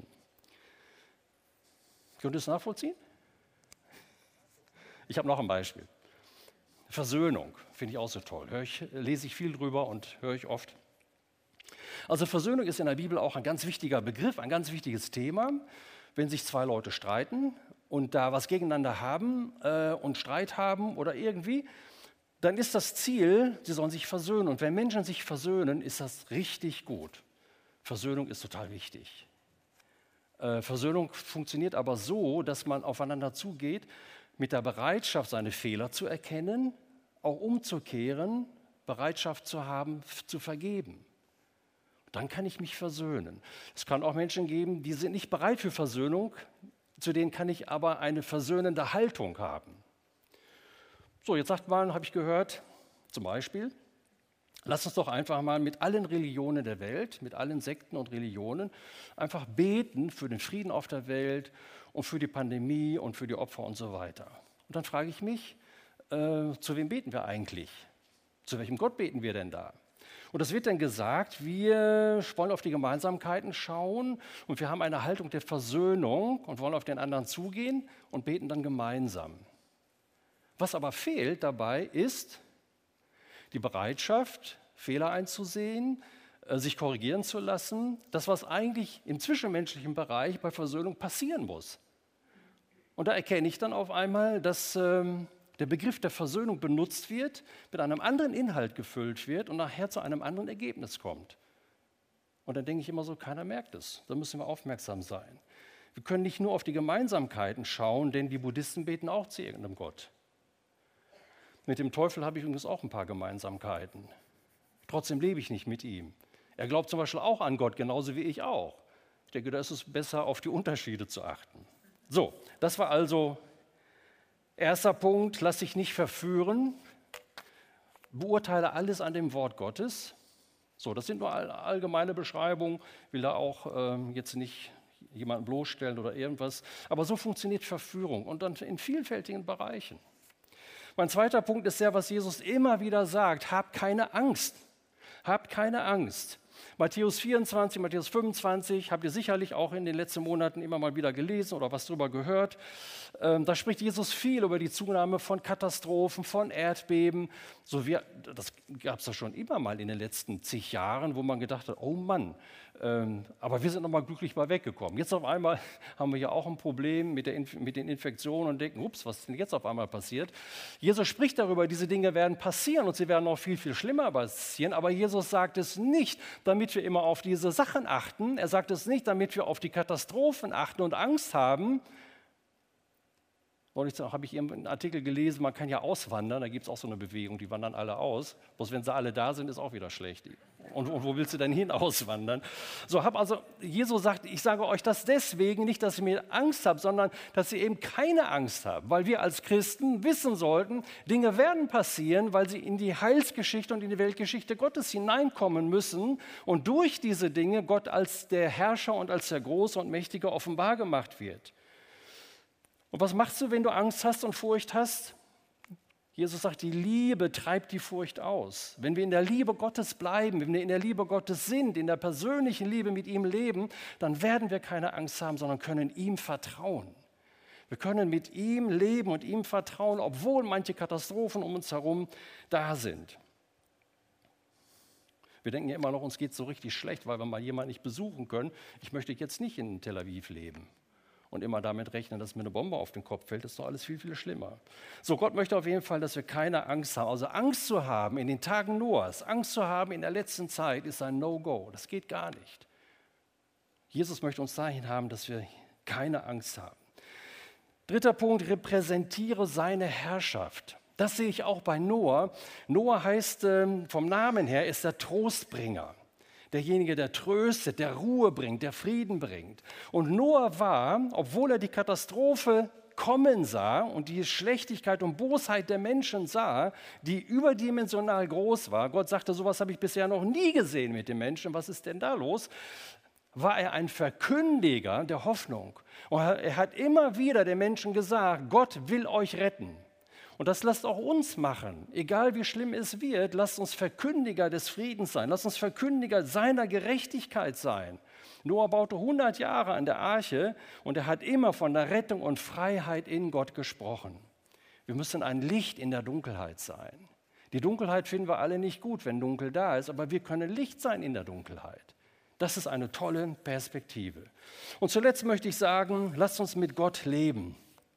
Könnt ihr es nachvollziehen? Ich habe noch ein Beispiel. Versöhnung finde ich auch so toll. Hör ich, lese ich viel drüber und höre ich oft. Also Versöhnung ist in der Bibel auch ein ganz wichtiger Begriff, ein ganz wichtiges Thema. Wenn sich zwei Leute streiten und da was gegeneinander haben äh, und Streit haben oder irgendwie, dann ist das Ziel, sie sollen sich versöhnen. Und wenn Menschen sich versöhnen, ist das richtig gut. Versöhnung ist total wichtig. Äh, Versöhnung funktioniert aber so, dass man aufeinander zugeht, mit der Bereitschaft, seine Fehler zu erkennen, auch umzukehren, Bereitschaft zu haben, f- zu vergeben. Dann kann ich mich versöhnen. Es kann auch Menschen geben, die sind nicht bereit für Versöhnung, zu denen kann ich aber eine versöhnende Haltung haben. So, jetzt sagt man, habe ich gehört, zum Beispiel, lass uns doch einfach mal mit allen Religionen der Welt, mit allen Sekten und Religionen, einfach beten für den Frieden auf der Welt und für die Pandemie und für die Opfer und so weiter. Und dann frage ich mich, äh, zu wem beten wir eigentlich? Zu welchem Gott beten wir denn da? Und es wird dann gesagt, wir wollen auf die Gemeinsamkeiten schauen und wir haben eine Haltung der Versöhnung und wollen auf den anderen zugehen und beten dann gemeinsam. Was aber fehlt dabei ist die Bereitschaft, Fehler einzusehen, sich korrigieren zu lassen, das, was eigentlich im zwischenmenschlichen Bereich bei Versöhnung passieren muss. Und da erkenne ich dann auf einmal, dass ähm, der Begriff der Versöhnung benutzt wird, mit einem anderen Inhalt gefüllt wird und nachher zu einem anderen Ergebnis kommt. Und dann denke ich immer so, keiner merkt es. Da müssen wir aufmerksam sein. Wir können nicht nur auf die Gemeinsamkeiten schauen, denn die Buddhisten beten auch zu irgendeinem Gott. Mit dem Teufel habe ich übrigens auch ein paar Gemeinsamkeiten. Trotzdem lebe ich nicht mit ihm. Er glaubt zum Beispiel auch an Gott, genauso wie ich auch. Ich denke, da ist es besser, auf die Unterschiede zu achten. So, das war also erster Punkt, lass dich nicht verführen, beurteile alles an dem Wort Gottes. So, das sind nur allgemeine Beschreibungen, will da auch ähm, jetzt nicht jemanden bloßstellen oder irgendwas. Aber so funktioniert Verführung und dann in vielfältigen Bereichen. Mein zweiter Punkt ist der, was Jesus immer wieder sagt, habt keine Angst, habt keine Angst. Matthäus vierundzwanzig, Matthäus fünfundzwanzig, habt ihr sicherlich auch in den letzten Monaten immer mal wieder gelesen oder was darüber gehört. Ähm, da spricht Jesus viel über die Zunahme von Katastrophen, von Erdbeben. So wie, das gab es ja schon immer mal in den letzten zig Jahren, wo man gedacht hat, oh Mann, ähm, aber wir sind noch mal glücklich mal weggekommen. Jetzt auf einmal haben wir ja auch ein Problem mit, der Inf- mit den Infektionen und denken, ups, was ist denn jetzt auf einmal passiert? Jesus spricht darüber, diese Dinge werden passieren und sie werden noch viel, viel schlimmer passieren. Aber Jesus sagt es nicht, damit wir immer auf diese Sachen achten. Er sagt es nicht, damit wir auf die Katastrophen achten und Angst haben. Neulich habe ich einen Artikel gelesen, man kann ja auswandern, da gibt es auch so eine Bewegung, die wandern alle aus. Bloß wenn sie alle da sind, ist auch wieder schlecht. Und, und wo willst du denn hin auswandern? So, hab also, Jesus sagt, ich sage euch das deswegen, nicht, dass ihr mir Angst habt, sondern dass ihr eben keine Angst habt. Weil wir als Christen wissen sollten, Dinge werden passieren, weil sie in die Heilsgeschichte und in die Weltgeschichte Gottes hineinkommen müssen und durch diese Dinge Gott als der Herrscher und als der Große und Mächtige offenbar gemacht wird. Und was machst du, wenn du Angst hast und Furcht hast? Jesus sagt, die Liebe treibt die Furcht aus. Wenn wir in der Liebe Gottes bleiben, wenn wir in der Liebe Gottes sind, in der persönlichen Liebe mit ihm leben, dann werden wir keine Angst haben, sondern können ihm vertrauen. Wir können mit ihm leben und ihm vertrauen, obwohl manche Katastrophen um uns herum da sind. Wir denken ja immer noch, uns geht es so richtig schlecht, weil wir mal jemanden nicht besuchen können. Ich möchte jetzt nicht in Tel Aviv leben und immer damit rechnen, dass mir eine Bombe auf den Kopf fällt. Das ist doch alles viel, viel schlimmer. So, Gott möchte auf jeden Fall, dass wir keine Angst haben. Also Angst zu haben in den Tagen Noahs, Angst zu haben in der letzten Zeit ist ein No-Go. Das geht gar nicht. Jesus möchte uns dahin haben, dass wir keine Angst haben. Dritter Punkt, repräsentiere seine Herrschaft. Das sehe ich auch bei Noah. Noah heißt ähm, vom Namen her, ist der Trostbringer. Derjenige, der tröstet, der Ruhe bringt, der Frieden bringt. Und Noah war, obwohl er die Katastrophe kommen sah und die Schlechtigkeit und Bosheit der Menschen sah, die überdimensional groß war, Gott sagte, sowas habe ich bisher noch nie gesehen mit den Menschen, was ist denn da los? War er ein Verkündiger der Hoffnung. Und er hat immer wieder den Menschen gesagt, Gott will euch retten. Und das lasst auch uns machen. Egal wie schlimm es wird, lasst uns Verkündiger des Friedens sein. Lasst uns Verkündiger seiner Gerechtigkeit sein. Noah baute hundert Jahre an der Arche und er hat immer von der Rettung und Freiheit in Gott gesprochen. Wir müssen ein Licht in der Dunkelheit sein. Die Dunkelheit finden wir alle nicht gut, wenn dunkel da ist, aber wir können Licht sein in der Dunkelheit. Das ist eine tolle Perspektive. Und zuletzt möchte ich sagen, lasst uns mit Gott leben.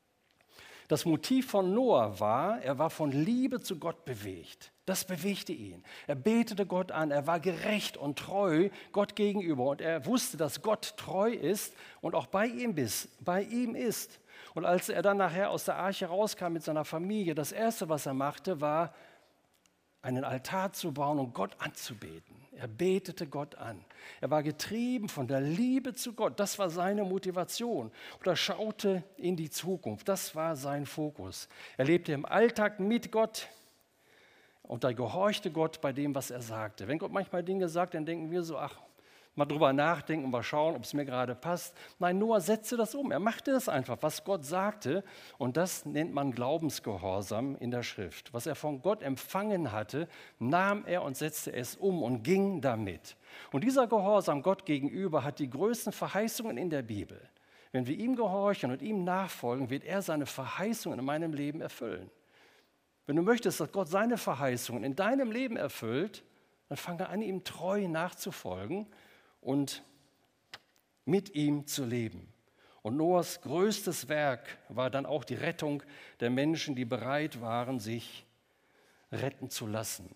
Das Motiv von Noah war, er war von Liebe zu Gott bewegt. Das bewegte ihn. Er betete Gott an, er war gerecht und treu Gott gegenüber. Und er wusste, dass Gott treu ist und auch bei ihm ist. Bei ihm ist. Und als er dann nachher aus der Arche rauskam mit seiner Familie, das Erste, was er machte, war, einen Altar zu bauen und Gott anzubeten. Er betete Gott an. Er war getrieben von der Liebe zu Gott. Das war seine Motivation. Und er schaute in die Zukunft. Das war sein Fokus. Er lebte im Alltag mit Gott und er gehorchte Gott bei dem, was er sagte. Wenn Gott manchmal Dinge sagt, dann denken wir so, ach, mal drüber nachdenken und mal schauen, ob es mir gerade passt. Nein, Noah setzte das um. Er machte es einfach, was Gott sagte. Und das nennt man Glaubensgehorsam in der Schrift. Was er von Gott empfangen hatte, nahm er und setzte es um und ging damit. Und dieser Gehorsam Gott gegenüber hat die größten Verheißungen in der Bibel. Wenn wir ihm gehorchen und ihm nachfolgen, wird er seine Verheißungen in meinem Leben erfüllen. Wenn du möchtest, dass Gott seine Verheißungen in deinem Leben erfüllt, dann fange an, ihm treu nachzufolgen und mit ihm zu leben. Und Noahs größtes Werk war dann auch die Rettung der Menschen, die bereit waren, sich retten zu lassen.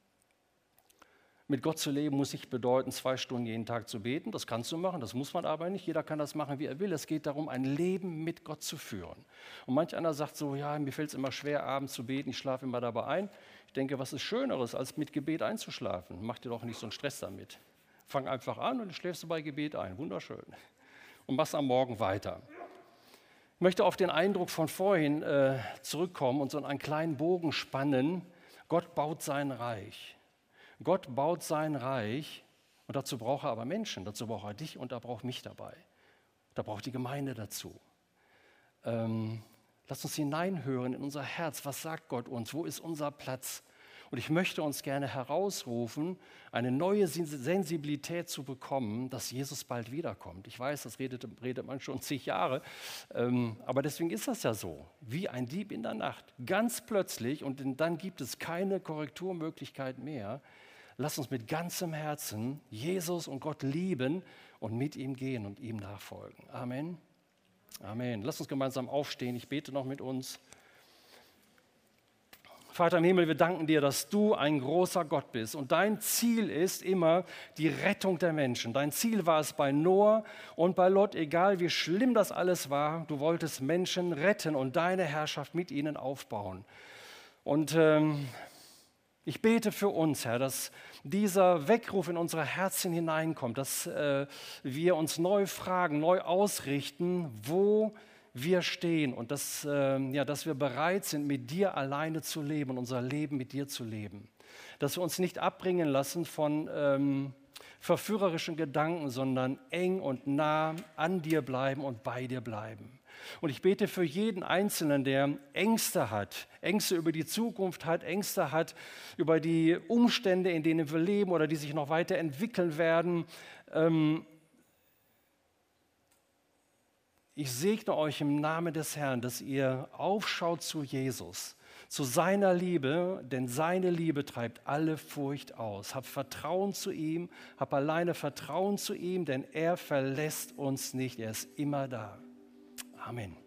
Mit Gott zu leben muss nicht bedeuten, zwei Stunden jeden Tag zu beten. Das kannst du machen, das muss man aber nicht. Jeder kann das machen, wie er will. Es geht darum, ein Leben mit Gott zu führen. Und manch einer sagt so, ja, mir fällt es immer schwer, abends zu beten, ich schlafe immer dabei ein. Ich denke, was ist Schöneres, als mit Gebet einzuschlafen? Mach dir doch nicht so einen Stress damit. Fang einfach an und dann schläfst du bei Gebet ein. Wunderschön. Und machst am Morgen weiter. Ich möchte auf den Eindruck von vorhin äh, zurückkommen und so einen kleinen Bogen spannen. Gott baut sein Reich. Gott baut sein Reich und dazu braucht er aber Menschen, dazu braucht er dich und da braucht mich dabei. Da braucht die Gemeinde dazu. Ähm, lasst uns hineinhören in unser Herz. Was sagt Gott uns? Wo ist unser Platz? Und ich möchte uns gerne herausrufen, eine neue Sensibilität zu bekommen, dass Jesus bald wiederkommt. Ich weiß, das redet, redet man schon zig Jahre, ähm, aber deswegen ist das ja so, wie ein Dieb in der Nacht. Ganz plötzlich und dann gibt es keine Korrekturmöglichkeit mehr. Lass uns mit ganzem Herzen Jesus und Gott lieben und mit ihm gehen und ihm nachfolgen. Amen. Amen. Lass uns gemeinsam aufstehen. Ich bete noch mit uns. Vater im Himmel, wir danken dir, dass du ein großer Gott bist und dein Ziel ist immer die Rettung der Menschen. Dein Ziel war es bei Noah und bei Lot, egal wie schlimm das alles war, du wolltest Menschen retten und deine Herrschaft mit ihnen aufbauen. Und ähm, ich bete für uns, Herr, dass dieser Weckruf in unsere Herzen hineinkommt, dass äh, wir uns neu fragen, neu ausrichten, wo wir stehen und dass, äh, ja, dass wir bereit sind, mit dir alleine zu leben und unser Leben mit dir zu leben. Dass wir uns nicht abbringen lassen von ähm, verführerischen Gedanken, sondern eng und nah an dir bleiben und bei dir bleiben. Und ich bete für jeden Einzelnen, der Ängste hat, Ängste über die Zukunft hat, Ängste hat über die Umstände, in denen wir leben oder die sich noch weiterentwickeln werden. Ähm, Ich segne euch im Namen des Herrn, dass ihr aufschaut zu Jesus, zu seiner Liebe, denn seine Liebe treibt alle Furcht aus. Habt Vertrauen zu ihm, habt alleine Vertrauen zu ihm, denn er verlässt uns nicht, er ist immer da. Amen.